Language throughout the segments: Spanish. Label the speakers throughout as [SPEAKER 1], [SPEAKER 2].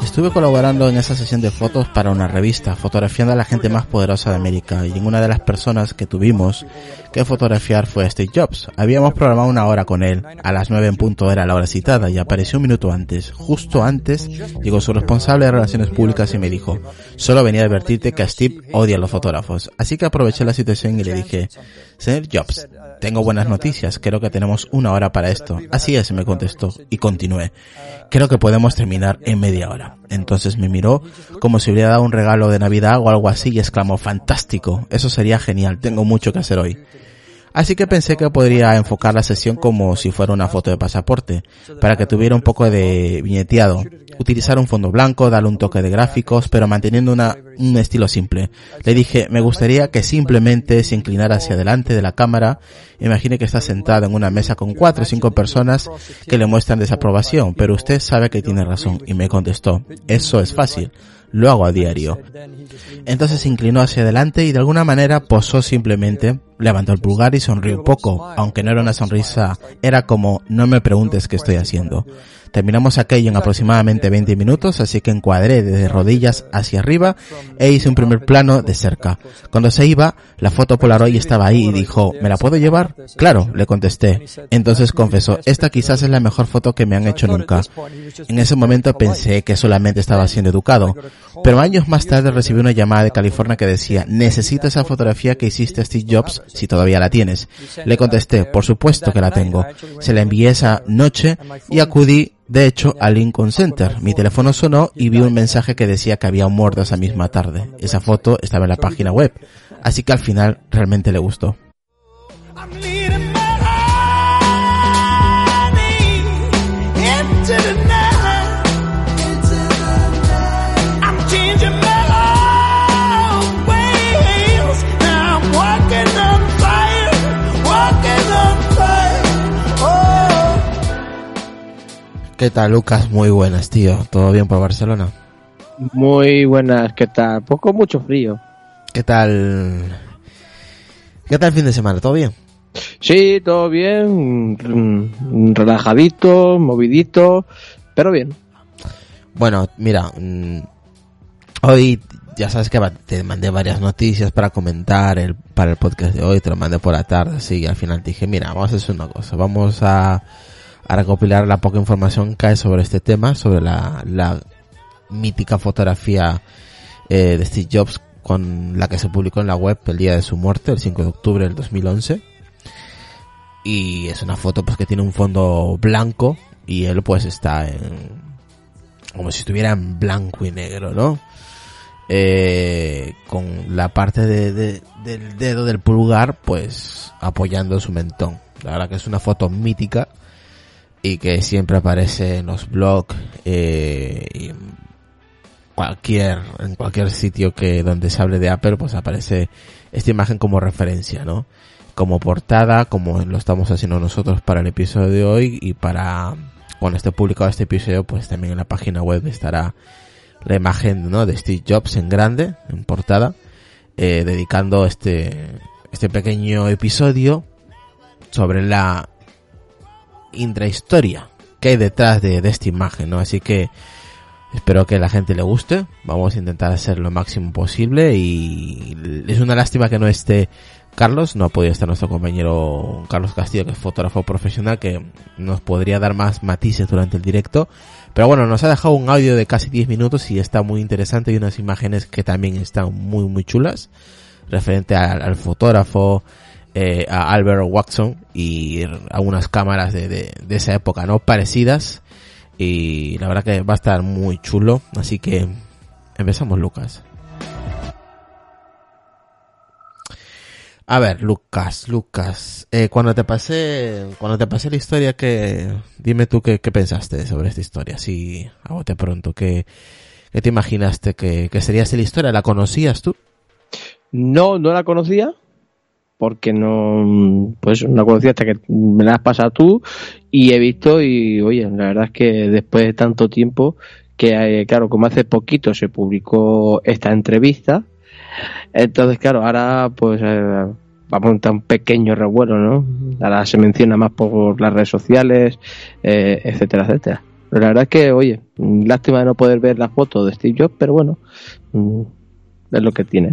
[SPEAKER 1] Estuve colaborando en esa sesión de fotos para una revista, fotografiando a la gente más poderosa de América, y una de las personas que tuvimos que fotografiar fue Steve Jobs. Habíamos programado una hora con él, a las 9 en punto era la hora citada, y apareció un minuto antes. Justo antes llegó su responsable de relaciones públicas y me dijo: solo venía a advertirte que a Steve odia a los fotógrafos. Así que aproveché la situación y le dije: señor Jobs, tengo buenas noticias, creo que tenemos una hora para esto. Así es, me contestó, y continué: creo que podemos terminar en media hora. Entonces me miró como si hubiera dado un regalo de Navidad o algo así y exclamó: fantástico, eso sería genial, tengo mucho que hacer hoy. Así que pensé que podría enfocar la sesión como si fuera una foto de pasaporte, para que tuviera un poco de viñeteado. Utilizar un fondo blanco, darle un toque de gráficos, pero manteniendo un estilo simple. Le dije: me gustaría que simplemente se inclinara hacia adelante de la cámara. Imagine que está sentado en una mesa con 4 o 5 personas que le muestran desaprobación, pero usted sabe que tiene razón. Y me contestó: eso es fácil, lo hago a diario. Entonces se inclinó hacia adelante y de alguna manera posó simplemente, levantó el pulgar y sonrió un poco, aunque no era una sonrisa, era como: no me preguntes qué estoy haciendo. Terminamos aquello en aproximadamente 20 minutos, así que encuadré desde rodillas hacia arriba e hice un primer plano de cerca. Cuando se iba, la foto Polaroid estaba ahí y dijo: ¿me la puedo llevar? Claro, le contesté. Entonces confesó: esta quizás es la mejor foto que me han hecho nunca. En ese momento pensé que solamente estaba siendo educado, pero años más tarde recibí una llamada de California que decía: necesito esa fotografía que hiciste a Steve Jobs, si todavía la tienes. Le contesté: por supuesto que la tengo. Se la envié esa noche y acudí de hecho al Lincoln Center. Mi teléfono sonó y vi un mensaje que decía que había muerto esa misma tarde. Esa foto estaba en la página web, así que al final realmente le gustó. ¿Qué tal, Lucas? Muy buenas, tío. ¿Todo bien por Barcelona?
[SPEAKER 2] Muy buenas, ¿qué tal? Poco, mucho frío.
[SPEAKER 1] ¿Qué tal el fin de semana? ¿Todo bien?
[SPEAKER 2] Sí, todo bien. Relajadito, movidito, pero bien.
[SPEAKER 1] Bueno, mira, hoy ya sabes que te mandé varias noticias para comentar para el podcast de hoy. Te lo mandé por la tarde, así, y al final dije: mira, vamos a hacer una cosa. Vamos a recopilar la poca información que hay sobre este tema, sobre la mítica fotografía de Steve Jobs con la que se publicó en la web el día de su muerte, el 5 de octubre del 2011. Y es una foto pues que tiene un fondo blanco y él pues está como si estuviera en blanco y negro, ¿no? Con la parte del dedo del pulgar pues apoyando su mentón. La verdad que es una foto mítica y que siempre aparece en los blogs y en cualquier sitio donde se hable de Apple, pues aparece esta imagen como referencia, ¿no? Como portada, como lo estamos haciendo nosotros para el episodio de hoy, y cuando esté publicado este episodio, pues también en la página web estará la imagen, ¿no?, de Steve Jobs en grande, en portada, dedicando este pequeño episodio sobre la intrahistoria que hay detrás de esta imagen, ¿no? Así que espero que a la gente le guste. Vamos a intentar hacer lo máximo posible, y es una lástima que no esté Carlos. No ha podido estar nuestro compañero Carlos Castillo, que es fotógrafo profesional, que nos podría dar más matices durante el directo, pero bueno, nos ha dejado un audio de casi 10 minutos y está muy interesante, y unas imágenes que también están muy muy chulas referente al fotógrafo, a Albert Watson, y algunas cámaras de esa época, ¿no?, parecidas, y la verdad que va a estar muy chulo. Así que empezamos, Lucas. A ver, Lucas, cuando te pasé la historia, dime tú qué pensaste sobre esta historia, así a bote pronto. ¿Qué te imaginaste que sería esta historia? ¿La conocías tú?
[SPEAKER 2] No la conocía, porque no conocía hasta que me la has pasado tú, y he visto, y oye, la verdad es que después de tanto tiempo, que claro, como hace poquito se publicó esta entrevista, entonces claro, ahora pues va a montar un pequeño revuelo, ¿no? Ahora se menciona más por las redes sociales, etcétera, etcétera. Pero la verdad es que, oye, Lástima de no poder ver la foto de Steve Jobs, pero bueno, es lo que tiene.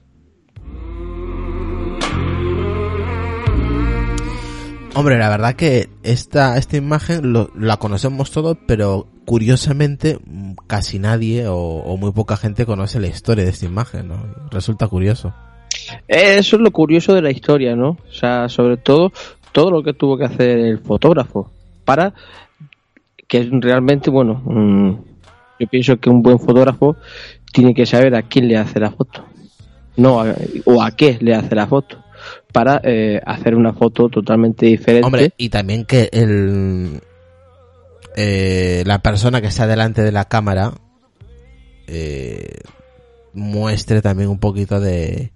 [SPEAKER 1] Hombre, la verdad que esta imagen la conocemos todos, pero curiosamente casi nadie o muy poca gente conoce la historia de esta imagen, ¿no? Resulta curioso.
[SPEAKER 2] Eso es lo curioso de la historia, ¿no? O sea, sobre todo lo que tuvo que hacer el fotógrafo para que realmente, bueno, yo pienso que un buen fotógrafo tiene que saber a quién le hace la foto, no o a qué le hace la foto, para hacer una foto totalmente diferente.
[SPEAKER 1] Hombre, y también que la persona que está delante de la cámara muestre también un poquito de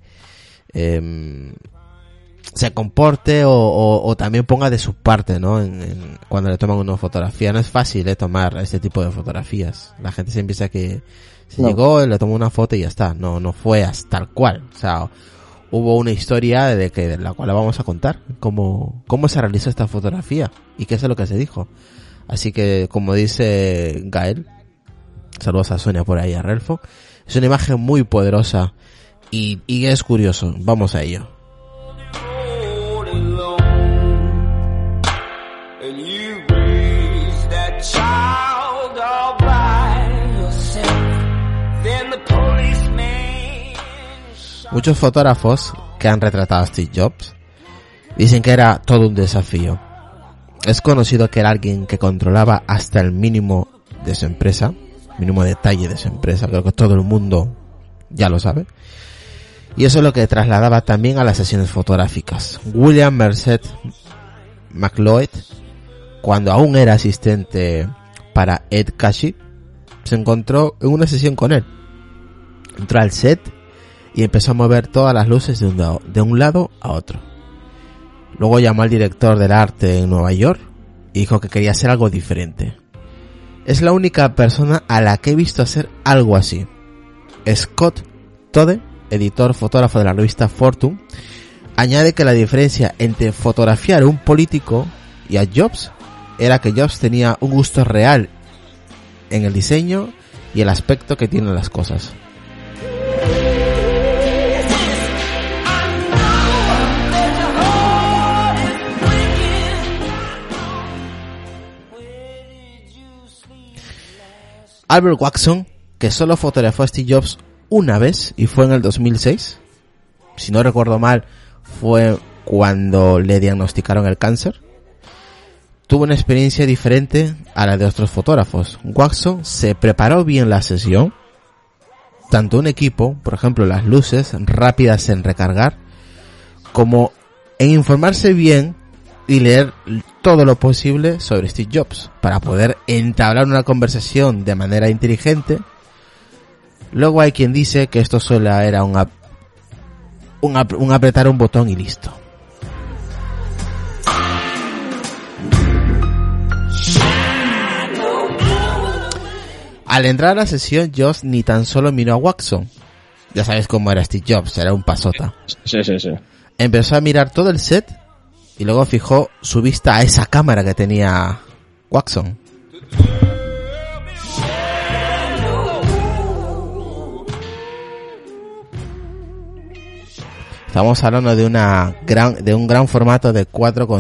[SPEAKER 1] se comporte o también ponga de su parte, ¿no? Cuando le toman una fotografía. No es fácil tomar este tipo de fotografías. La gente se piensa que llegó, le tomó una foto y ya está. No fue tal cual. O sea, hubo una historia de la cual la vamos a contar. Cómo se realizó esta fotografía y qué es lo que se dijo. Así que, como dice Gael, saludos a Sonia por ahí, a Relfo, es una imagen muy poderosa y es curioso. Vamos a ello. Muchos fotógrafos que han retratado a Steve Jobs dicen que era todo un desafío. Es conocido que era alguien que controlaba hasta el mínimo de su empresa, mínimo detalle de su empresa, creo que todo el mundo ya lo sabe. Y eso es lo que trasladaba también a las sesiones fotográficas. William Merced McLeod, cuando aún era asistente para Ed Casey, se encontró en una sesión con él. Entró al set y empezó a mover todas las luces de un lado a otro. Luego llamó al director del arte en Nueva York y dijo que quería hacer algo diferente. Es la única persona a la que he visto hacer algo así. Scott Tode, editor fotógrafo de la revista Fortune, añade que la diferencia entre fotografiar a un político y a Jobs era que Jobs tenía un gusto real en el diseño y el aspecto que tienen las cosas. Albert Watson, que solo fotografió a Steve Jobs una vez y fue en el 2006, si no recuerdo mal, fue cuando le diagnosticaron el cáncer, tuvo una experiencia diferente a la de otros fotógrafos. Watson se preparó bien la sesión, tanto un equipo, por ejemplo las luces rápidas en recargar, como en informarse bien y leer todo lo posible sobre Steve Jobs para poder entablar una conversación de manera inteligente. Luego hay quien dice que esto solo era un apretar un botón y listo. Al entrar a la sesión, Jobs ni tan solo miró a Watson. Ya sabes cómo era Steve Jobs, era un pasota.
[SPEAKER 2] Sí.
[SPEAKER 1] Empezó a mirar todo el set y luego fijó su vista a esa cámara que tenía Watson. Estamos hablando de un gran formato de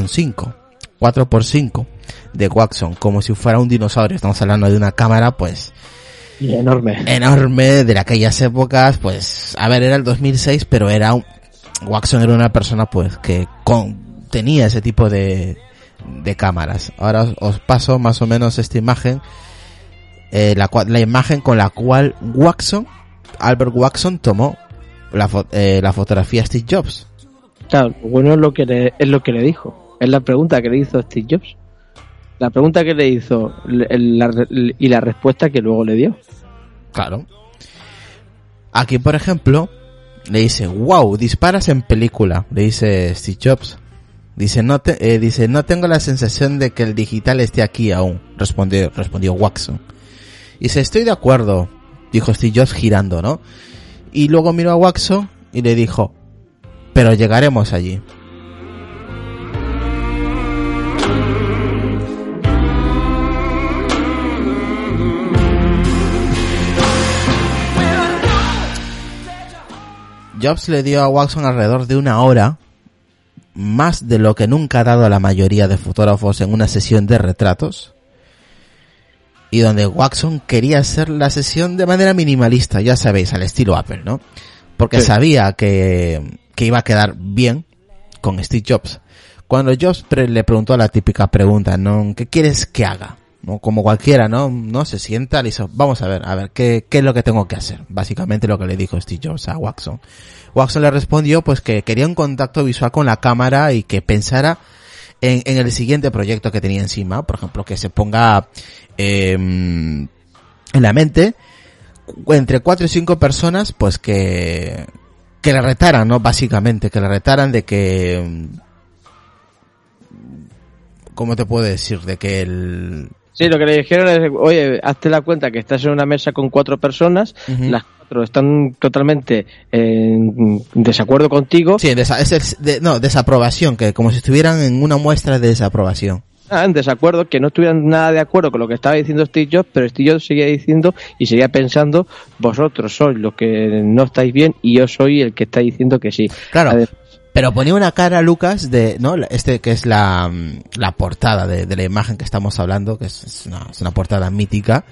[SPEAKER 1] 4x5 de Watson, como si fuera un dinosaurio. Estamos hablando de una cámara, pues, enorme de aquellas épocas, pues, a ver, era el 2006, pero Watson era una persona, pues, que tenía ese tipo de cámaras. Ahora os paso más o menos esta imagen, la imagen con la cual Albert Watson tomó la fotografía a Steve Jobs.
[SPEAKER 2] Claro, bueno, es lo que le dijo. Es la pregunta que le hizo Steve Jobs. La pregunta que le hizo y la respuesta que luego le dio.
[SPEAKER 1] Claro. Aquí, por ejemplo, le dice, wow, disparas en película, le dice Steve Jobs. Dice, no tengo la sensación de que el digital esté aquí aún, respondió Watson. Dice, estoy de acuerdo, dijo Steve Jobs girando, ¿no? Y luego miró a Watson y le dijo, pero llegaremos allí. Jobs le dio a Watson alrededor de 1 hora, más de lo que nunca ha dado a la mayoría de fotógrafos en una sesión de retratos, y donde Watson quería hacer la sesión de manera minimalista, ya sabéis, al estilo Apple, ¿no? Porque sí, sabía que iba a quedar bien con Steve Jobs. Cuando Jobs le preguntó la típica pregunta, ¿no? ¿Qué quieres que haga? ¿No? Como cualquiera, ¿no? Se sienta y dice, vamos a ver, ¿qué es lo que tengo que hacer? Básicamente lo que le dijo Steve Jobs a Watson. Watson le respondió, pues, que quería un contacto visual con la cámara y que pensara en el siguiente proyecto que tenía encima. Por ejemplo, que se ponga, en la mente, entre 4 y 5 personas, pues que le retaran, ¿no? Básicamente, que le retaran de que, ¿cómo te puedo decir? De que el...
[SPEAKER 2] Sí, lo que le dijeron es, oye, hazte la cuenta que estás en una mesa con 4 personas, uh-huh. Las 4 están totalmente en desacuerdo contigo.
[SPEAKER 1] Sí, desaprobación, que como si estuvieran en una muestra de desaprobación.
[SPEAKER 2] En desacuerdo, que no estuvieran nada de acuerdo con lo que estaba diciendo Steve Jobs, pero Steve Jobs seguía diciendo y seguía pensando, vosotros sois los que no estáis bien y yo soy el que está diciendo que sí.
[SPEAKER 1] Claro. Pero ponía una cara, Lucas, de, ¿no? Que es la portada de la imagen que estamos hablando, que es una portada mítica.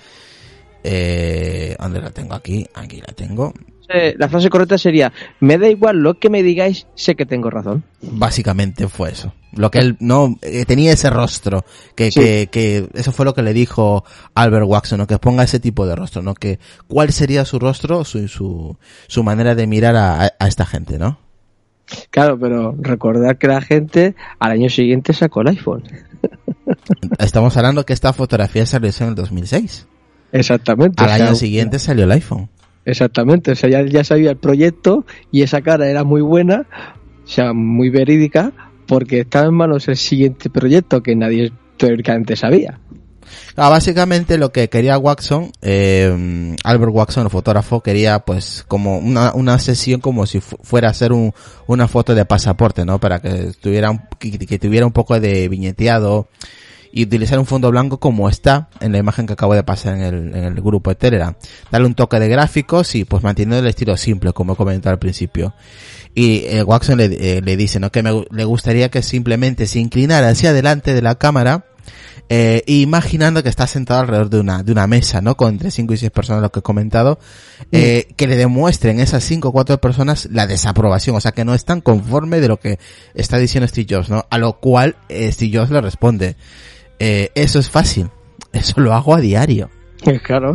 [SPEAKER 1] ¿Dónde la tengo? Aquí la tengo.
[SPEAKER 2] La frase correcta sería, me da igual lo que me digáis, sé que tengo razón.
[SPEAKER 1] Básicamente fue eso. Lo que él, no, tenía ese rostro, que eso fue lo que le dijo Albert Watson, ¿no? Que ponga ese tipo de rostro, ¿no? Que, ¿cuál sería su rostro, su manera de mirar a esta gente, ¿no?
[SPEAKER 2] Claro, pero recordar que la gente al año siguiente sacó el iPhone.
[SPEAKER 1] Estamos hablando que esta fotografía se realizó en el 2006.
[SPEAKER 2] Exactamente.
[SPEAKER 1] Al año siguiente salió el iPhone.
[SPEAKER 2] Exactamente, o sea, ya sabía el proyecto y esa cara era muy buena, o sea, muy verídica, porque estaba en manos el siguiente proyecto que nadie teóricamente sabía.
[SPEAKER 1] Básicamente lo que quería Watson, Albert Watson, el fotógrafo, quería pues como una sesión como si fuera a hacer una foto de pasaporte, ¿no? Para que tuviera un poco de viñeteado y utilizar un fondo blanco como está en la imagen que acabo de pasar en el grupo de Telegram. Darle un toque de gráficos y pues manteniendo el estilo simple, como he comentado al principio. Y Watson le dice, ¿no? Que le gustaría que simplemente se inclinara hacia adelante de la cámara, imaginando que está sentado alrededor de una mesa, ¿no? Con entre 5 y 6 personas, lo que he comentado, que le demuestren esas 5 o 4 personas la desaprobación, o sea, que no están conforme de lo que está diciendo Steve Jobs, ¿no? A lo cual Steve Jobs le responde, eso es fácil, eso lo hago a diario.
[SPEAKER 2] Claro.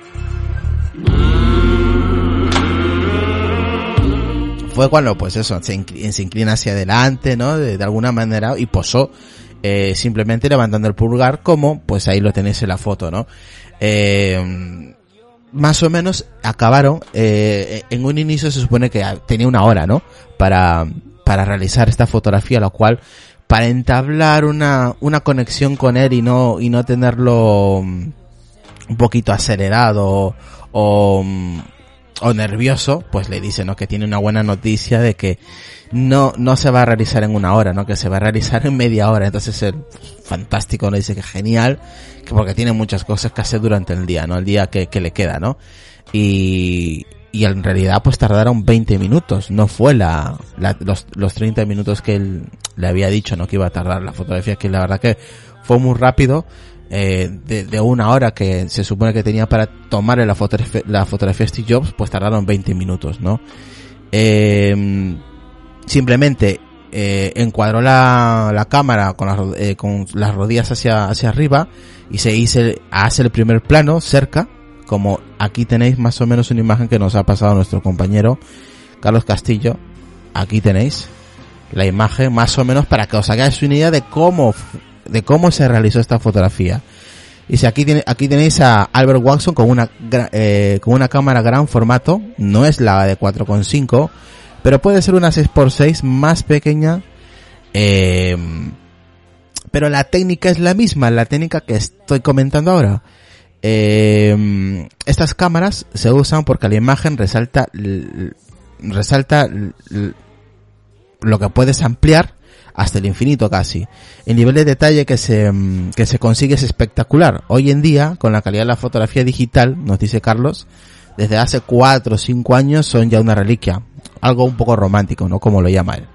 [SPEAKER 1] Fue cuando, pues eso, se inclina hacia adelante, ¿no? De alguna manera, y posó, simplemente levantando el pulgar, como, pues ahí lo tenéis en la foto, ¿no? Más o menos acabaron, en un inicio se supone que tenía 1 hora, ¿no? Para realizar esta fotografía, lo cual, para entablar una conexión con él y no tenerlo un poquito acelerado o nervioso, pues le dice, ¿no? Que tiene una buena noticia de que no se va a realizar en 1 hora, ¿no? Que se va a realizar en media hora. Entonces el fantástico le dice que genial, que porque tiene muchas cosas que hacer durante el día, ¿no? El día que le queda, ¿no? Y en realidad pues tardaron 20 minutos, no fue los 30 minutos que él le había dicho, ¿no? Que iba a tardar la fotografía, que la verdad que fue muy rápido. De 1 hora que se supone que tenía para tomar la fotografía de Steve Jobs, pues tardaron 20 minutos, ¿no? Simplemente encuadró la cámara con las rodillas hacia arriba y hace el primer plano cerca, como aquí tenéis más o menos una imagen que nos ha pasado nuestro compañero Carlos Castillo. Aquí tenéis la imagen más o menos para que os hagáis una idea de cómo se realizó esta fotografía. Y si aquí tenéis a Albert Watson con una cámara gran formato, no es la de 4,5, pero puede ser una 6x6 más pequeña, pero la técnica es la misma, la técnica que estoy comentando ahora. Estas cámaras se usan porque la imagen resalta lo que puedes ampliar hasta el infinito casi. El nivel de detalle que se consigue es espectacular. Hoy en día, con la calidad de la fotografía digital, nos dice Carlos, desde hace 4 o 5 años son ya una reliquia. algo un poco romántico, ¿no? Como lo llama él.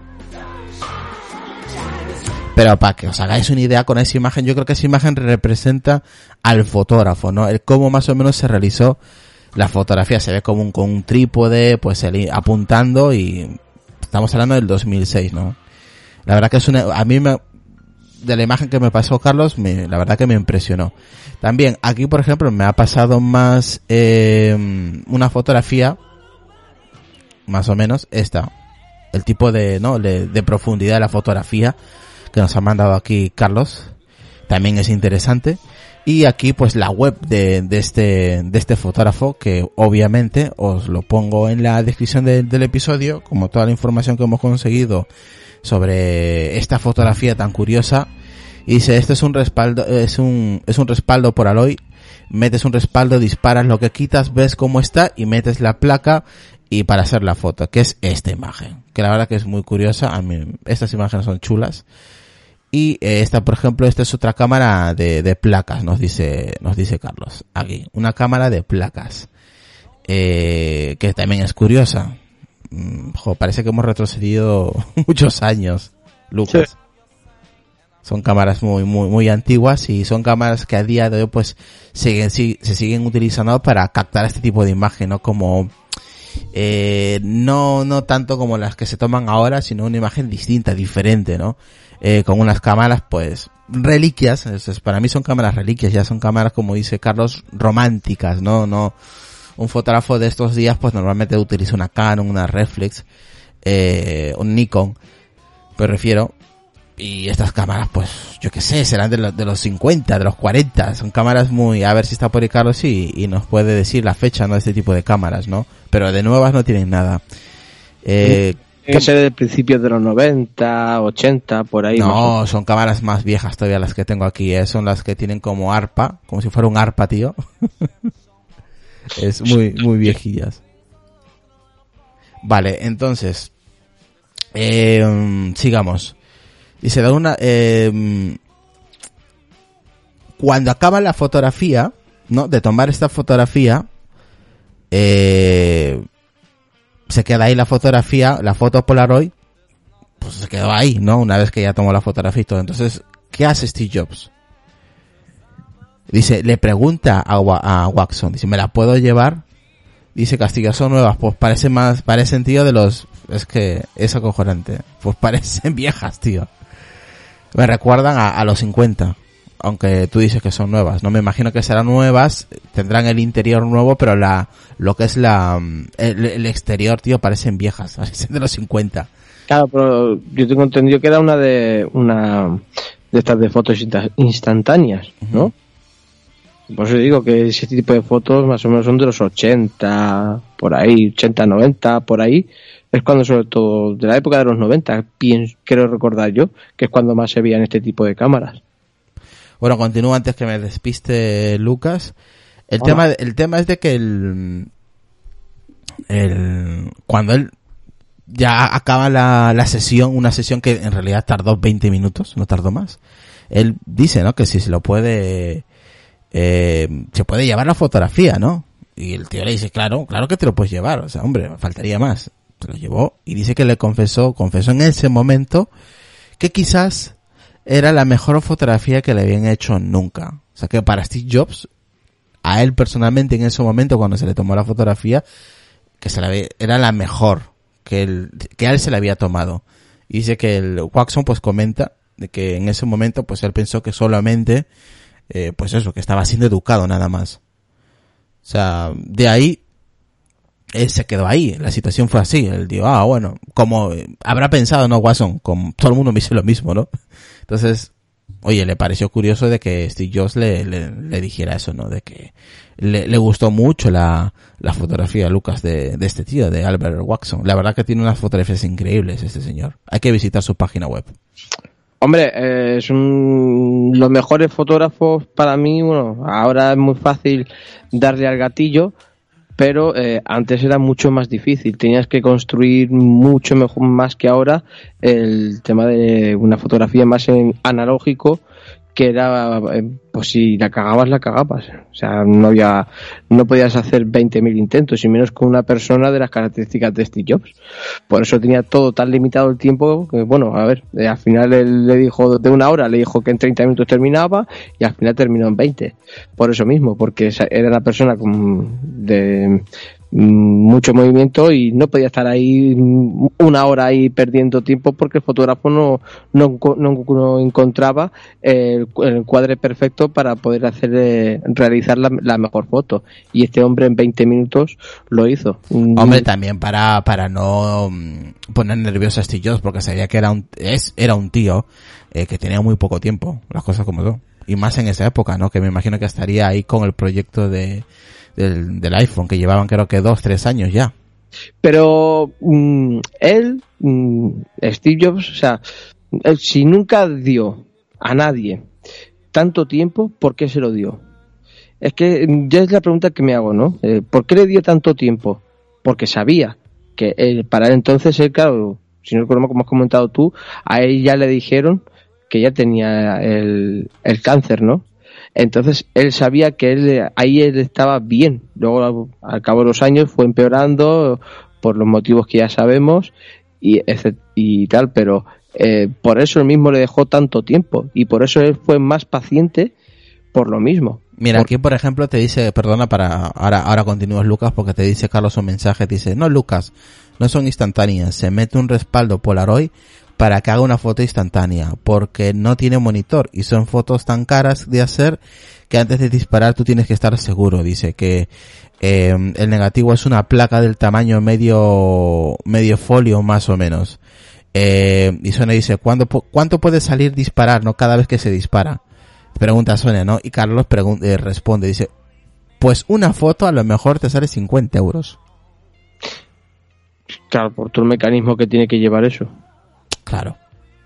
[SPEAKER 1] Pero para que os hagáis una idea con esa imagen, yo creo que esa imagen representa al fotógrafo, ¿no? El cómo más o menos se realizó la fotografía. Se ve como con un trípode, pues apuntando, y estamos hablando del 2006, ¿no? La verdad que es de la imagen que me pasó Carlos, la verdad que me impresionó. También aquí, por ejemplo, me ha pasado más una fotografía, más o menos esta, el tipo de profundidad de la fotografía que nos ha mandado aquí Carlos, también es interesante. Y aquí pues la web de este fotógrafo, que obviamente os lo pongo en la descripción del episodio, como toda la información que hemos conseguido sobre esta fotografía tan curiosa. Y dice, este es un respaldo, es un respaldo por Aloy. Metes un respaldo, disparas lo que quitas, ves cómo está y metes la placa y para hacer la foto, que es esta imagen, que la verdad que es muy curiosa. A mí estas imágenes son chulas. Y esta, por ejemplo, esta es otra cámara de placas, nos dice Carlos. Aquí, una cámara de placas, que también es curiosa. Parece que hemos retrocedido muchos años, Lucas. Sí. Son cámaras muy antiguas, y son cámaras que a día de hoy pues se siguen utilizando para captar este tipo de imagen, ¿no? Como no tanto como las que se toman ahora, sino una imagen distinta, diferente, ¿no? Con unas cámaras pues reliquias. Para mí son cámaras reliquias, ya son cámaras, como dice Carlos, románticas, no un fotógrafo de estos días pues normalmente utiliza una Canon, una Reflex, un Nikon, pero refiero. Y estas cámaras, pues, yo qué sé, serán de los 50, de los 40. Son cámaras a ver si está por ahí Carlos y nos puede decir la fecha, ¿no? De este tipo de cámaras, ¿no? Pero de nuevas no tienen nada.
[SPEAKER 2] Que ser de principios de los 90, 80, por ahí.
[SPEAKER 1] No, son cámaras más viejas todavía las que tengo aquí, ¿eh? Son las que tienen como arpa, como si fuera un arpa, tío. Es muy viejillas. Vale, entonces, sigamos. Y se da una, cuando acaba la fotografía, ¿no? De tomar esta fotografía, se queda ahí la fotografía, la foto Polaroid, pues se quedó ahí, ¿no? Una vez que ya tomó la fotografía y todo. Entonces, ¿qué hace Steve Jobs? Dice, le pregunta a Watson, dice, ¿me la puedo llevar? Dice, Castillo, son nuevas, pues parece sentido de los, es que es acojonante, pues parecen viejas, tío. Me recuerdan a los 50, aunque tú dices que son nuevas. No me imagino que serán nuevas, tendrán el interior nuevo, pero lo que es el exterior, tío, parecen viejas, parecen de los 50.
[SPEAKER 2] Claro, pero yo tengo entendido que era una de estas de fotos instantáneas, ¿no? Uh-huh. Por eso digo que ese tipo de fotos más o menos son de los 80, por ahí, 80, 90, por ahí. Es cuando, sobre todo, de la época de los 90, quiero recordar yo, que es cuando más se veían este tipo de cámaras.
[SPEAKER 1] Bueno, continúo antes que me despiste Lucas. El tema es de que cuando él ya acaba la sesión, una sesión que en realidad tardó 20 minutos, no tardó más. Él dice, ¿no? Que si se lo puede, se puede llevar la fotografía, ¿no? Y el tío le dice, claro que te lo puedes llevar, o sea, hombre, faltaría más. Se lo llevó y dice que le confesó en ese momento que quizás era la mejor fotografía que le habían hecho nunca. O sea, que para Steve Jobs, a él personalmente en ese momento cuando se le tomó la fotografía, era la mejor que a él se le había tomado. Y dice que el Watson pues comenta de que en ese momento pues él pensó que solamente pues eso, que estaba siendo educado nada más. O sea, de ahí él se quedó ahí, la situación fue así, él dijo, bueno, como habrá pensado, ¿no, Watson? Como todo el mundo me dice lo mismo, ¿no? Entonces, oye, le pareció curioso de que Steve Jobs le dijera eso, ¿no? De que le gustó mucho la fotografía, Lucas, de este tío, de Albert Watson. La verdad que tiene unas fotografías increíbles este señor. Hay que visitar su página web.
[SPEAKER 2] Hombre, son los mejores fotógrafos para mí. Bueno, ahora es muy fácil darle al gatillo, pero antes era mucho más difícil. Tenías que construir mucho mejor, más que ahora, el tema de una fotografía más en analógico, que era, pues si la cagabas, la cagabas. O sea, no podías hacer 20.000 intentos, y menos con una persona de las características de Steve Jobs. Por eso tenía todo tan limitado el tiempo que, bueno, a ver, al final él le dijo de una hora, le dijo que en 30 minutos terminaba, y al final terminó en 20. Por eso mismo, porque era una persona de mucho movimiento y no podía estar ahí una hora ahí perdiendo tiempo, porque el fotógrafo no encontraba el cuadre perfecto para poder realizar la mejor foto, y este hombre en 20 minutos lo hizo.
[SPEAKER 1] Hombre, también para no poner nervioso a Steve Jobs, porque sabía que era un tío que tenía muy poco tiempo, las cosas como son, y más en esa época, ¿no? Que me imagino que estaría ahí con el proyecto del iPhone, que llevaban creo que 2-3 años ya.
[SPEAKER 2] Pero Steve Jobs, o sea, si nunca dio a nadie tanto tiempo, ¿por qué se lo dio? Es que ya es la pregunta que me hago, ¿no? ¿Por qué le dio tanto tiempo? Porque sabía que para él entonces, claro, si no recuerdo como has comentado tú, a él ya le dijeron que ya tenía el cáncer, ¿no? Entonces él sabía que él estaba bien. Luego, al cabo de los años, fue empeorando por los motivos que ya sabemos y tal, pero por eso él mismo le dejó tanto tiempo, y por eso él fue más paciente por lo mismo.
[SPEAKER 1] Mira, aquí por ejemplo te dice, perdona, ahora continúas, Lucas, porque te dice Carlos un mensaje, te dice: no, Lucas, no son instantáneas, se mete un respaldo Polaroid para que haga una foto instantánea, porque no tiene monitor y son fotos tan caras de hacer que antes de disparar tú tienes que estar seguro. Dice que el negativo es una placa del tamaño medio folio más o menos. Y Sonia dice: ¿cuánto puede salir disparar, no, cada vez que se dispara? Pregunta Sonia, ¿no? Y Carlos responde, dice: pues una foto a lo mejor te sale 50 euros.
[SPEAKER 2] Claro, por todo el mecanismo que tiene que llevar eso.
[SPEAKER 1] Claro.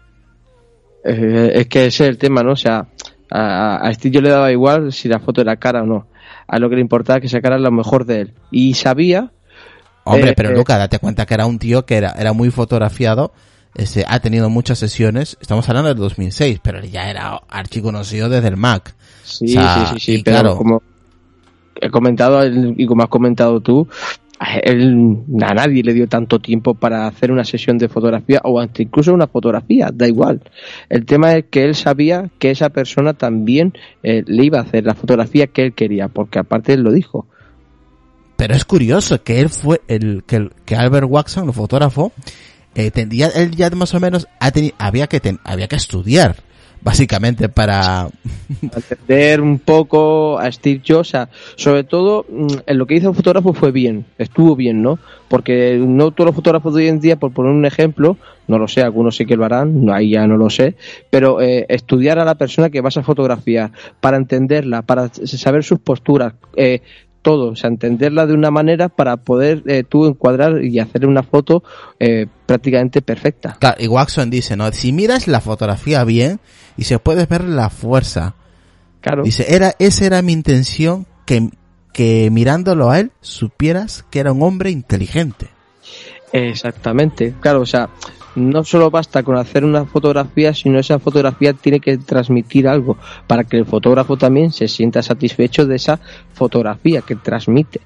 [SPEAKER 2] Es que ese es el tema, ¿no? O sea, a Steve yo le daba igual si la foto era cara o no. A lo que le importaba que sacara lo mejor de él. Y sabía...
[SPEAKER 1] Hombre, pero Luca, date cuenta que era un tío que era muy fotografiado, ha tenido muchas sesiones, estamos hablando del 2006, pero él ya era archiconocido desde el Mac.
[SPEAKER 2] Sí, o sea, sí, pero claro, como he comentado y como has comentado tú, a nadie le dio tanto tiempo para hacer una sesión de fotografía, o hasta incluso una fotografía, da igual. El tema es que él sabía que esa persona también le iba a hacer la fotografía que él quería, porque aparte él lo dijo.
[SPEAKER 1] Pero es curioso que él fue que Albert Watson, el fotógrafo, él ya más o menos había que estudiar, básicamente, para
[SPEAKER 2] entender un poco a Steve Jobs. O sea, sobre todo en lo que hizo el fotógrafo estuvo bien, ¿no? Porque no todos los fotógrafos de hoy en día, por poner un ejemplo, no lo sé, algunos sí que lo harán, ahí ya no lo sé, pero estudiar a la persona que vas a fotografiar, para entenderla, para saber sus posturas, todo, o sea, entenderla de una manera para poder tú encuadrar y hacer una foto prácticamente perfecta.
[SPEAKER 1] Claro, y Watson dice, ¿no? Si miras la fotografía bien y se puede ver la fuerza.
[SPEAKER 2] Claro.
[SPEAKER 1] Dice, esa era mi intención, que mirándolo a él supieras que era un hombre inteligente.
[SPEAKER 2] Exactamente, claro, o sea, no solo basta con hacer una fotografía, sino esa fotografía tiene que transmitir algo para que el fotógrafo también se sienta satisfecho de esa fotografía que transmite.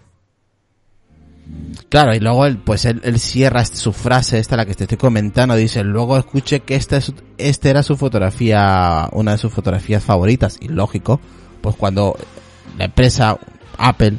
[SPEAKER 1] Claro, y luego él cierra su frase, la que te estoy comentando, dice: luego escuché que esta era su fotografía, una de sus fotografías favoritas, y lógico, pues cuando la empresa Apple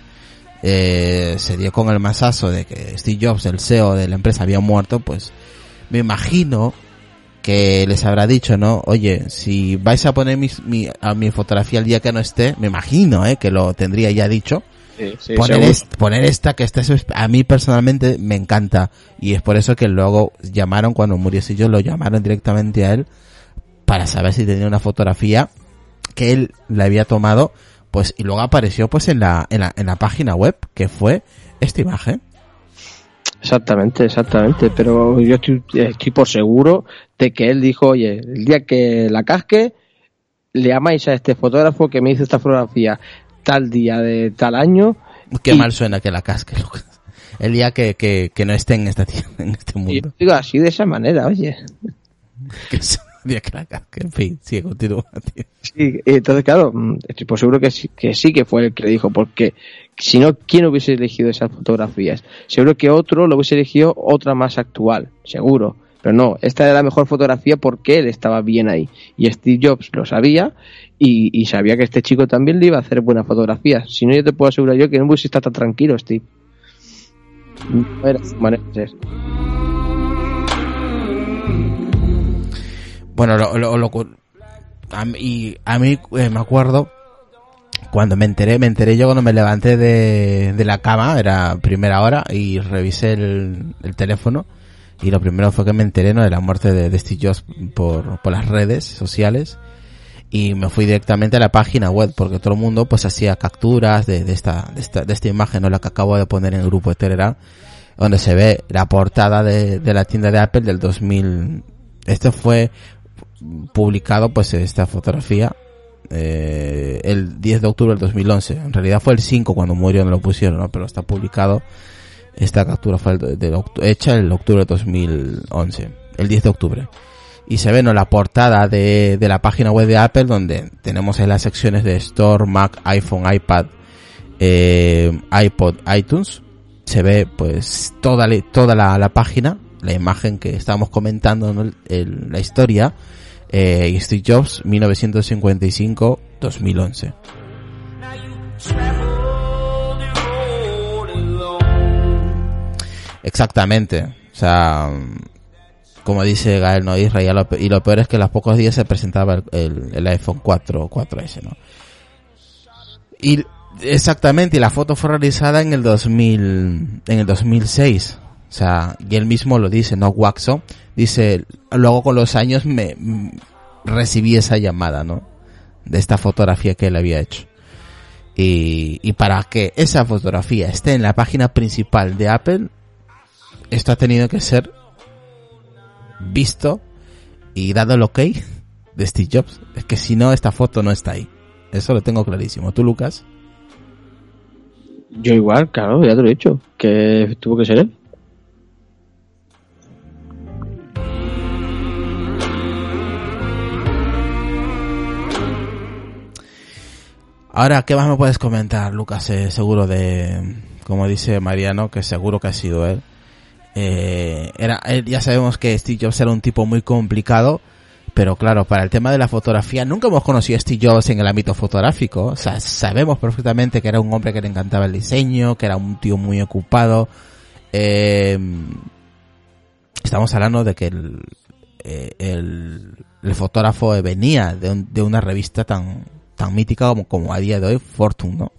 [SPEAKER 1] se dio con el masazo de que Steve Jobs, el CEO de la empresa, había muerto, pues me imagino que les habrá dicho, ¿no? Oye, si vais a poner mi fotografía el día que no esté, me imagino, que lo tendría ya dicho.
[SPEAKER 2] Sí,
[SPEAKER 1] poner esta, que a mí personalmente me encanta, y es por eso que luego cuando murió Steve Jobs, lo llamaron directamente a él para saber si tenía una fotografía que él le había tomado, pues, y luego apareció pues en la página web, que fue esta imagen. Exactamente,
[SPEAKER 2] pero yo estoy por seguro de que él dijo: oye, el día que la casque, le llamáis a este fotógrafo que me hizo esta fotografía tal día de tal año.
[SPEAKER 1] Qué mal suena que la casque, Lucas. El día que no esté en este mundo.
[SPEAKER 2] Y yo digo así, de esa manera, oye.
[SPEAKER 1] Dios, que en fin, sigue, continúa, tío.
[SPEAKER 2] Sí, entonces, claro, estoy por seguro que sí que fue el que le dijo, porque si no, ¿quién hubiese elegido esas fotografías? Seguro que otro lo hubiese elegido otra más actual, seguro. Pero no, esta era la mejor fotografía porque él estaba bien ahí. Y Steve Jobs lo sabía y sabía que este chico también le iba a hacer buenas fotografías. Si no, yo te puedo asegurar yo que no hubiese estado tan tranquilo, Steve. No era su manera de ser.
[SPEAKER 1] Bueno, a mí me acuerdo cuando me enteré yo cuando me levanté de la cama, era primera hora, y revisé el teléfono, y lo primero fue que me enteré, ¿no?, de la muerte de Steve Jobs por las redes sociales, y me fui directamente a la página web, porque todo el mundo pues hacía capturas de esta imagen, ¿no?, la que acabo de poner en el grupo de Telegram, donde se ve la portada de la tienda de Apple del 2000. Esto fue publicado, pues, esta fotografía el 10 de octubre del 2011. En realidad fue el 5 cuando murió, no lo pusieron, ¿no?, pero está publicado. Esta captura fue hecha el octubre de 2011, el 10 de octubre. Y se ve, ¿no?, la portada de la página web de Apple, donde tenemos ahí las secciones de Store, Mac, iPhone, iPad, iPod, iTunes. Se ve pues toda la página, la imagen que estábamos comentando, ¿no?, la historia, Steve Jobs 1955-2011. Exactamente, o sea, como dice Gael, ¿no?, Israel, y lo peor es que a los pocos días se presentaba el iPhone 4S, ¿no? Y exactamente, y la foto fue realizada en el 2006. O sea, y él mismo lo dice, ¿no?, Waxo dice, luego con los años recibí esa llamada, ¿no?, de esta fotografía que él había hecho. Y para que esa fotografía esté en la página principal de Apple, esto ha tenido que ser visto y dado el ok de Steve Jobs. Es que si no, esta foto no está ahí. Eso lo tengo clarísimo. ¿Tú, Lucas?
[SPEAKER 2] Yo igual, claro, ya te lo he dicho, que tuvo que ser él.
[SPEAKER 1] Ahora, ¿qué más me puedes comentar, Lucas? Seguro de, como dice Mariano, que seguro que ha sido él. Ya sabemos que Steve Jobs era un tipo muy complicado, pero claro, para el tema de la fotografía, nunca hemos conocido a Steve Jobs en el ámbito fotográfico. O sea, sabemos perfectamente que era un hombre que le encantaba el diseño, que era un tío muy ocupado. Estamos hablando de que el fotógrafo venía de una revista tan mítica como a día de hoy, Fortune, ¿no?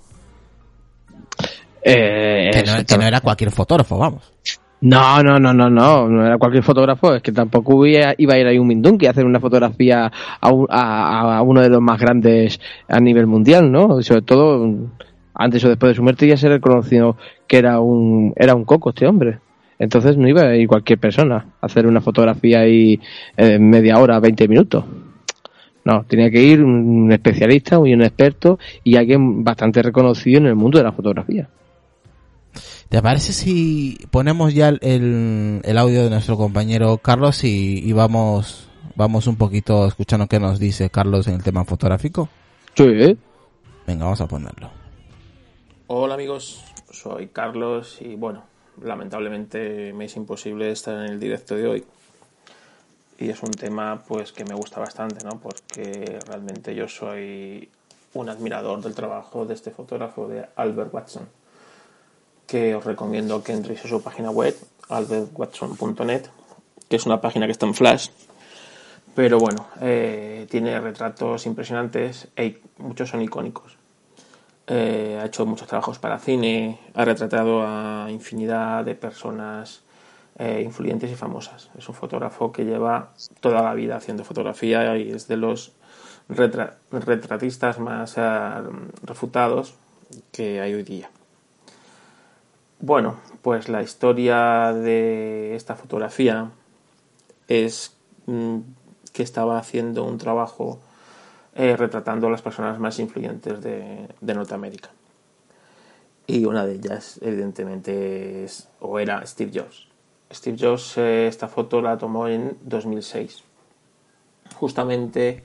[SPEAKER 1] Que no era cualquier fotógrafo, vamos.
[SPEAKER 2] No era cualquier fotógrafo, es que tampoco iba a ir ahí un Mindunky a hacer una fotografía a uno de los más grandes a nivel mundial, ¿no? Sobre todo, antes o después de su muerte ya se reconocido que era un coco este hombre. Entonces no iba a ir cualquier persona a hacer una fotografía ahí media hora, 20 minutos. No, tenía que ir un especialista, un experto y alguien bastante reconocido en el mundo de la fotografía.
[SPEAKER 1] ¿Te parece si ponemos ya el audio de nuestro compañero Carlos y vamos un poquito escuchando qué nos dice Carlos en el tema fotográfico?
[SPEAKER 2] Sí.
[SPEAKER 1] Venga, vamos a ponerlo.
[SPEAKER 3] Hola amigos, soy Carlos y bueno, lamentablemente me es imposible estar en el directo de hoy. Y es un tema pues que me gusta bastante, ¿no? Porque realmente yo soy un admirador del trabajo de este fotógrafo, de Albert Watson, que os recomiendo que entréis a su página web, albertwatson.net, que es una página que está en Flash, pero bueno, tiene retratos impresionantes y muchos son icónicos. Ha hecho muchos trabajos para cine, ha retratado a infinidad de personas influyentes y famosas. Es un fotógrafo que lleva toda la vida haciendo fotografía y es de los retratistas más refutados que hay hoy día. Bueno, pues la historia de esta fotografía es que estaba haciendo un trabajo retratando a las personas más influyentes de Norteamérica. Y una de ellas, evidentemente, era Steve Jobs. Steve Jobs, esta foto la tomó en 2006. justamente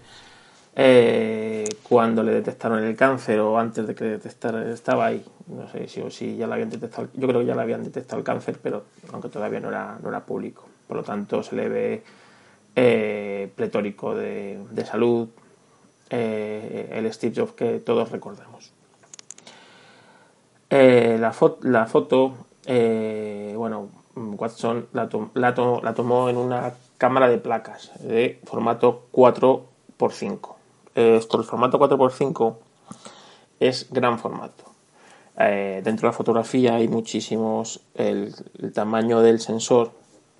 [SPEAKER 3] cuando le detectaron el cáncer o antes de que le detectaran, estaba ahí. No sé si ya la habían detectado. Yo creo que ya le habían detectado el cáncer, pero aunque todavía no era público. Por lo tanto, se le ve pletórico de salud, el Steve Jobs que todos recordamos. La foto, bueno, Watson la tomó en una cámara de placas de formato 4x5. El formato 4x5 es gran formato. Dentro de la fotografía hay muchísimos. El tamaño del sensor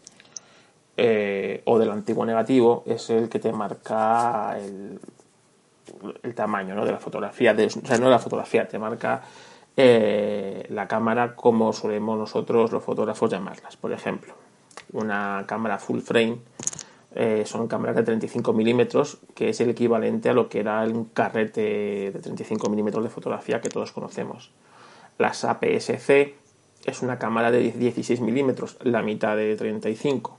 [SPEAKER 3] o del antiguo negativo es el que te marca el tamaño, ¿no?, de la fotografía. O sea, no de la fotografía, te marca la cámara como solemos nosotros los fotógrafos llamarlas. Por ejemplo, una cámara full frame son cámaras de 35 milímetros, que es el equivalente a lo que era un carrete de 35 milímetros de fotografía que todos conocemos. Las APS-C es una cámara de 16 milímetros, la mitad de 35.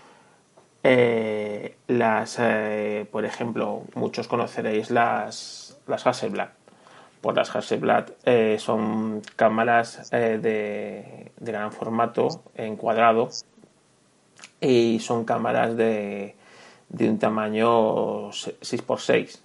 [SPEAKER 3] Por ejemplo, muchos conoceréis las Hasselblad. Pues las Hasselblad son cámaras de gran formato en cuadrado y son cámaras de un tamaño 6x6.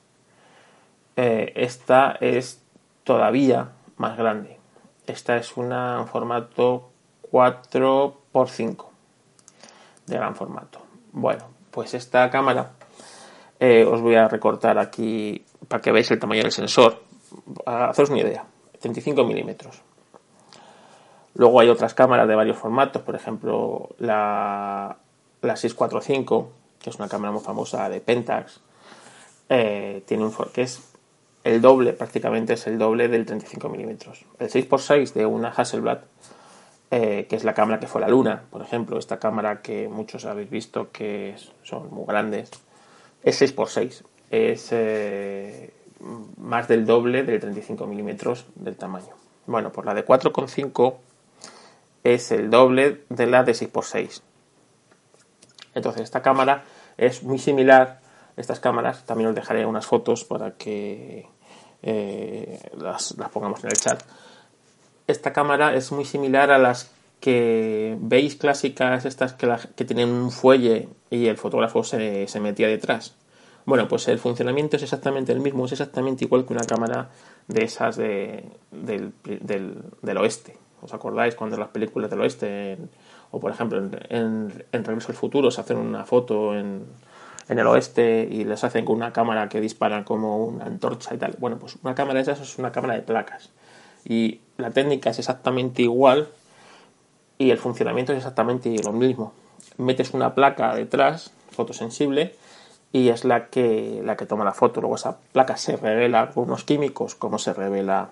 [SPEAKER 3] Esta es todavía más grande. Esta es un formato 4x5 de gran formato. Bueno, pues esta cámara os voy a recortar aquí para que veáis el tamaño del sensor. A haceros una idea, 35 milímetros. Luego hay otras cámaras de varios formatos, por ejemplo la 645, que es una cámara muy famosa de Pentax, tiene que es el doble, prácticamente es el doble del 35 milímetros. El 6x6 de una Hasselblad, que es la cámara que fue a la Luna, por ejemplo, esta cámara que muchos habéis visto que son muy grandes, es 6x6, es más del doble del 35 milímetros del tamaño. Bueno, pues la de 4,5 es el doble de la de 6x6. Entonces esta cámara es muy similar. Estas cámaras, también os dejaré unas fotos para que las pongamos en el chat. Esta cámara es muy similar a las que veis clásicas, estas que tienen un fuelle y el fotógrafo se metía detrás. Bueno, pues el funcionamiento es exactamente el mismo, es exactamente igual que una cámara de esas del oeste. ¿Os acordáis cuando en las películas del oeste, o por ejemplo en Regreso al Futuro, se hacen una foto en el oeste y les hacen con una cámara que dispara como una antorcha y tal? Bueno, pues una cámara de esas es una cámara de placas. Y la técnica es exactamente igual y el funcionamiento es exactamente lo mismo. Metes una placa detrás, fotosensible, y es la que toma la foto. Luego esa placa se revela con unos químicos, como se revela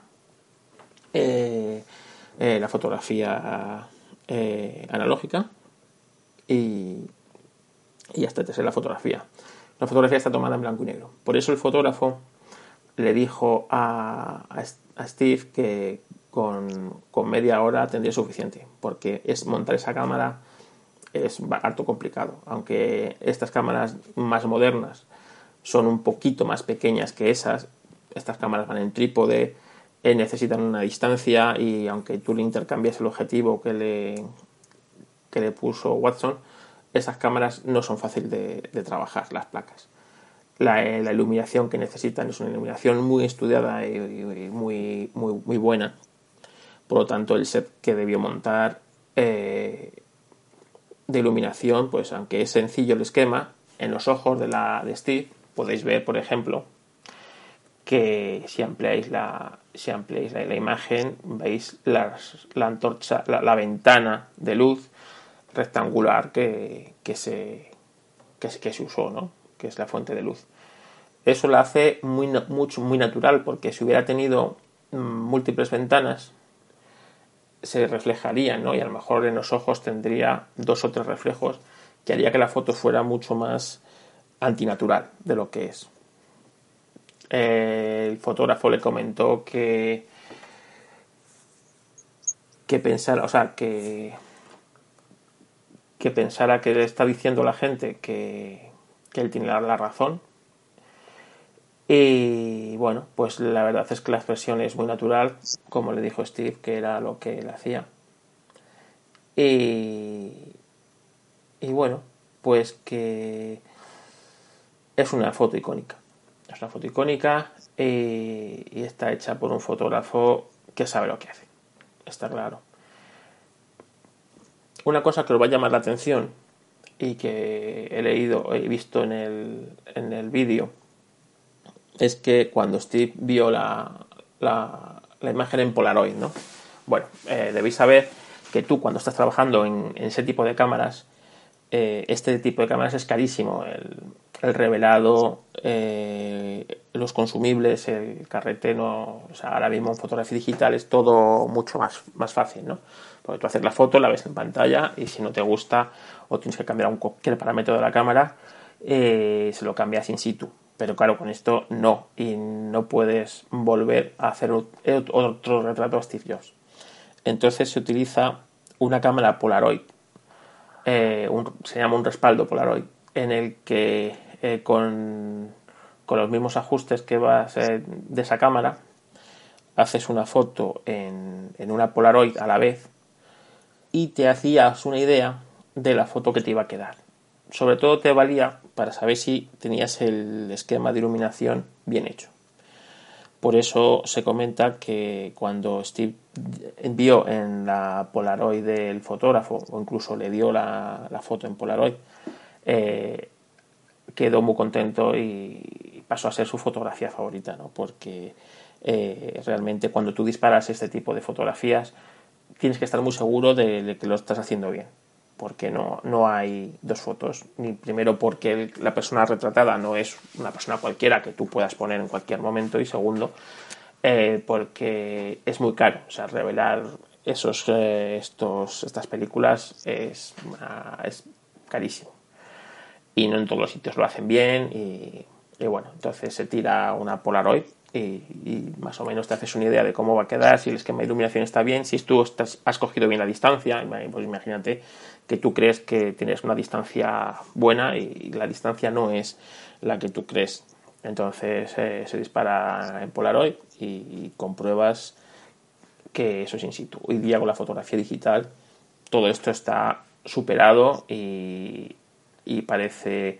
[SPEAKER 3] la fotografía analógica, y hasta te sé la fotografía. La fotografía está tomada en blanco y negro. Por eso el fotógrafo le dijo a Steve que con media hora tendría suficiente, porque montar esa cámara es harto complicado. Aunque estas cámaras más modernas son un poquito más pequeñas que esas, estas cámaras van en trípode, necesitan una distancia, y aunque tú le intercambies el objetivo que le puso Watson, esas cámaras no son fáciles de trabajar, las placas. La iluminación que necesitan es una iluminación muy estudiada y muy buena. Por lo tanto, el set que debió montar de iluminación, pues aunque es sencillo el esquema, en los ojos de Steve podéis ver, por ejemplo, que si ampliáis la imagen, veis la antorcha, la ventana de luz rectangular que se usó, ¿no?, que es la fuente de luz. Eso la hace muy natural, porque si hubiera tenido múltiples ventanas se reflejarían, ¿no?, y a lo mejor en los ojos tendría 2 o 3 reflejos, que haría que la foto fuera mucho más antinatural de lo que es. El fotógrafo le comentó que pensara, o sea, que pensara que le está diciendo a la gente que él tiene la razón. Y bueno, pues la verdad es que la expresión es muy natural, como le dijo Steve, que era lo que él hacía. Y bueno, pues que es una foto icónica. Es una foto icónica y está hecha por un fotógrafo que sabe lo que hace. Está claro. Una cosa que os va a llamar la atención y que he visto en el vídeo, es que cuando Steve vio la imagen en Polaroid, ¿no? Bueno, debéis saber que tú, cuando estás trabajando en ese tipo de cámaras, este tipo de cámaras es carísimo. El revelado, los consumibles, el carrete, no, o sea, ahora mismo en fotografía digital es todo mucho más fácil, ¿no? Porque tú haces la foto, la ves en pantalla y si no te gusta o tienes que cambiar cualquier parámetro de la cámara, se lo cambias in situ. Pero claro, con esto no, y no puedes volver a hacer otro retrato a Steve Jobs. Entonces se utiliza una cámara Polaroid, se llama un respaldo Polaroid, en el que con los mismos ajustes que vas de esa cámara, haces una foto en una Polaroid a la vez y te hacías una idea de la foto que te iba a quedar. Sobre todo te valía para saber si tenías el esquema de iluminación bien hecho. Por eso se comenta que cuando Steve vio en la Polaroid del fotógrafo, o incluso le dio la foto en Polaroid, quedó muy contento y pasó a ser su fotografía favorita, ¿no? Porque realmente cuando tú disparas este tipo de fotografías tienes que estar muy seguro de que lo estás haciendo bien, porque no hay dos fotos. Ni primero porque la persona retratada no es una persona cualquiera que tú puedas poner en cualquier momento, y segundo porque es muy caro. O sea, revelar estas películas es carísimo y no en todos los sitios lo hacen bien y bueno, entonces se tira una Polaroid y más o menos te haces una idea de cómo va a quedar, si el esquema de iluminación está bien, si tú has cogido bien la distancia. Pues imagínate que tú crees que tienes una distancia buena y la distancia no es la que tú crees. Entonces se dispara en Polaroid y compruebas que eso es in situ. Hoy día con la fotografía digital todo esto está superado y parece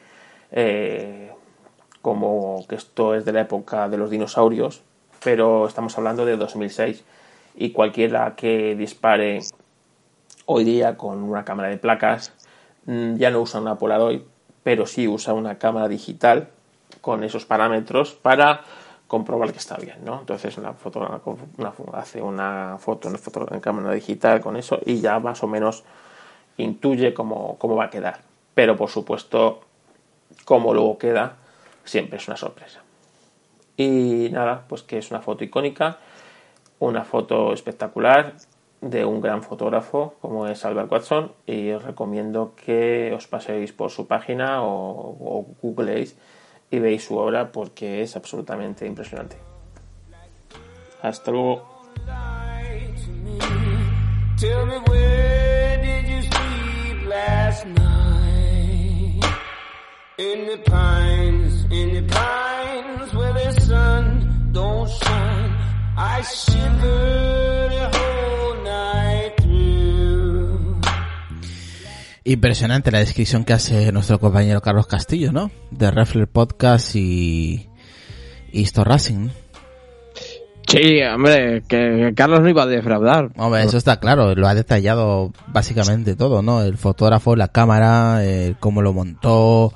[SPEAKER 3] como que esto es de la época de los dinosaurios, pero estamos hablando de 2006 y cualquiera que dispare hoy día con una cámara de placas ya no usa una Polaroid, pero sí usa una cámara digital con esos parámetros para comprobar que está bien, ¿no? Entonces hace una foto en cámara digital con eso y ya más o menos intuye cómo va a quedar. Pero por supuesto, cómo luego queda siempre es una sorpresa. Y nada, pues que es una foto icónica, una foto espectacular de un gran fotógrafo como es Albert Watson, y os recomiendo que os paséis por su página o googleéis y veis su obra porque es absolutamente impresionante. Hasta luego. Tell me, where did you sleep last night? In the pines where the sun don't shine. I shiver the whole night through. Impresionante la descripción que hace nuestro compañero Carlos Castillo, ¿no? De Refler Podcast y Histo Racing.
[SPEAKER 2] Sí, hombre, que Carlos no iba a defraudar.
[SPEAKER 1] Hombre, eso está claro, lo ha detallado básicamente todo, ¿no? El fotógrafo, la cámara, cómo lo montó,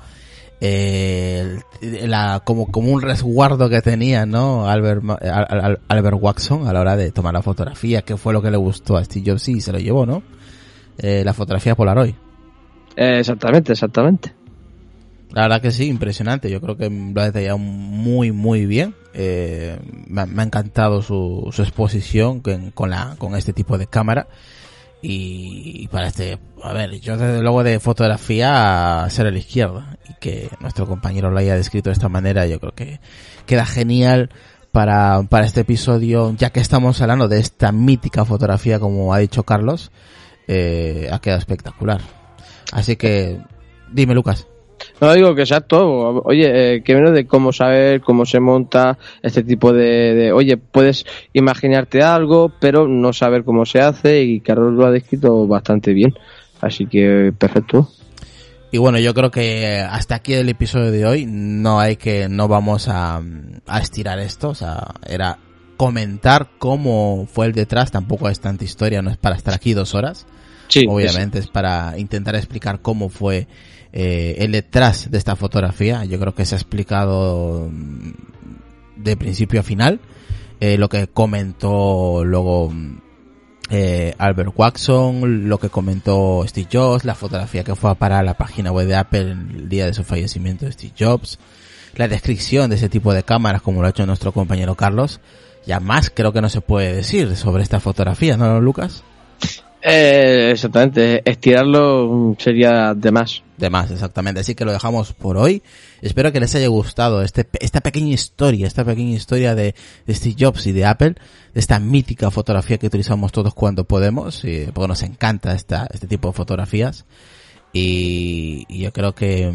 [SPEAKER 1] como un resguardo que tenía, ¿no? Albert Watson a la hora de tomar la fotografía, que fue lo que le gustó a Steve Jobs y se lo llevó, ¿no? La fotografía Polaroid.
[SPEAKER 2] Exactamente.
[SPEAKER 1] La verdad que sí, impresionante. Yo creo que lo ha detallado muy, muy bien. Me ha encantado su exposición con este tipo de cámara. Y para yo desde luego de fotografía a ser a la izquierda. Y que nuestro compañero lo haya descrito de esta manera, yo creo que queda genial para este episodio, ya que estamos hablando de esta mítica fotografía, como ha dicho Carlos. Ha quedado espectacular. Así que, dime, Lucas.
[SPEAKER 2] No digo que exacto. Oye, que menos de cómo saber cómo se monta este tipo de... Oye, puedes imaginarte algo, pero no saber cómo se hace, y Carlos lo ha descrito bastante bien. Así que perfecto.
[SPEAKER 1] Y bueno, yo creo que hasta aquí el episodio de hoy. No vamos a estirar esto. O sea, era comentar cómo fue el detrás. Tampoco es tanta historia, no es para estar aquí 2 horas. Sí, obviamente es para intentar explicar cómo fue el detrás de esta fotografía. Yo creo que se ha explicado de principio a final lo que comentó luego Albert Watson, lo que comentó Steve Jobs, la fotografía que fue a parar a la página web de Apple el día de su fallecimiento de Steve Jobs, la descripción de ese tipo de cámaras como lo ha hecho nuestro compañero Carlos. Ya más creo que no se puede decir sobre esta fotografía, ¿no, Lucas?
[SPEAKER 2] Exactamente, estirarlo sería de más.
[SPEAKER 1] De más, exactamente. Así que lo dejamos por hoy. Espero que les haya gustado esta pequeña historia de Steve Jobs y de Apple, de esta mítica fotografía que utilizamos todos cuando podemos, porque nos encanta este tipo de fotografías. Y yo creo que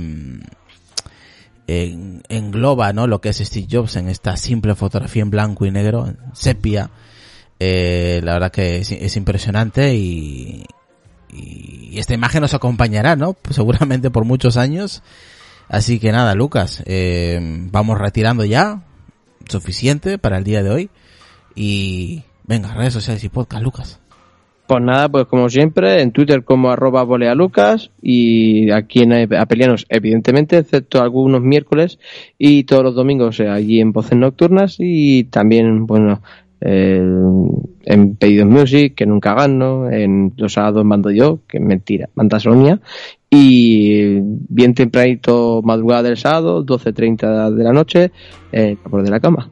[SPEAKER 1] engloba, ¿no?, lo que es Steve Jobs en esta simple fotografía en blanco y negro, en sepia. La verdad que es impresionante y esta imagen nos acompañará, ¿no?, pues seguramente por muchos años. Así que nada, Lucas, vamos retirando ya, suficiente para el día de hoy. Y venga, redes sociales y podcast, Lucas.
[SPEAKER 2] Pues nada, pues como siempre, en Twitter como @bolealucas, y aquí en Apelianos, evidentemente, excepto algunos miércoles y todos los domingos allí en Voces Nocturnas, y también, bueno, en Pedidos Music, que nunca gano, en los sábados mando yo, que es mentira, manda Sonia, y bien tempranito, madrugada del sábado, 12:30 de la noche, por de la cama.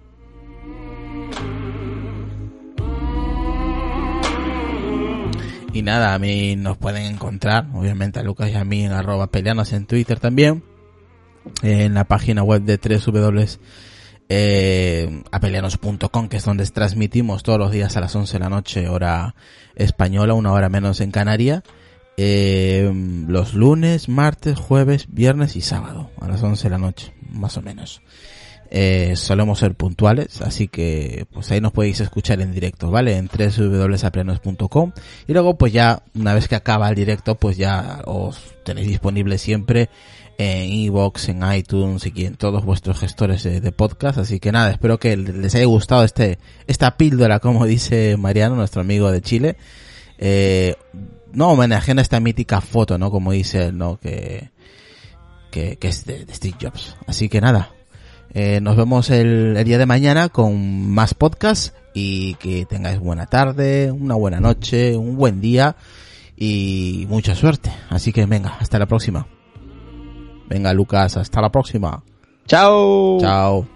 [SPEAKER 1] Y nada, a mí nos pueden encontrar, obviamente a Lucas y a mí en @peleanos en Twitter también, en la página web de apelianos.com, que es donde transmitimos todos los días a las 11 de la noche, hora española, 1 hora menos en Canarias, los lunes, martes, jueves, viernes y sábado a las 11 de la noche, más o menos. Solemos ser puntuales, así que pues ahí nos podéis escuchar en directo, ¿vale? En www.apelianos.com, y luego pues ya una vez que acaba el directo pues ya os tenéis disponible siempre en iVoox, en iTunes y en todos vuestros gestores de podcast. Así que nada, espero que les haya gustado esta píldora, como dice Mariano, nuestro amigo de Chile, no homenajeando esta mítica foto, ¿no?, como dice él, ¿no?, que es de Steve Jobs. Así que nada, nos vemos el día de mañana con más podcast, y que tengáis buena tarde, una buena noche, un buen día y mucha suerte. Así que venga, hasta la próxima. Venga, Lucas, hasta la próxima.
[SPEAKER 2] Chao.
[SPEAKER 1] Chao.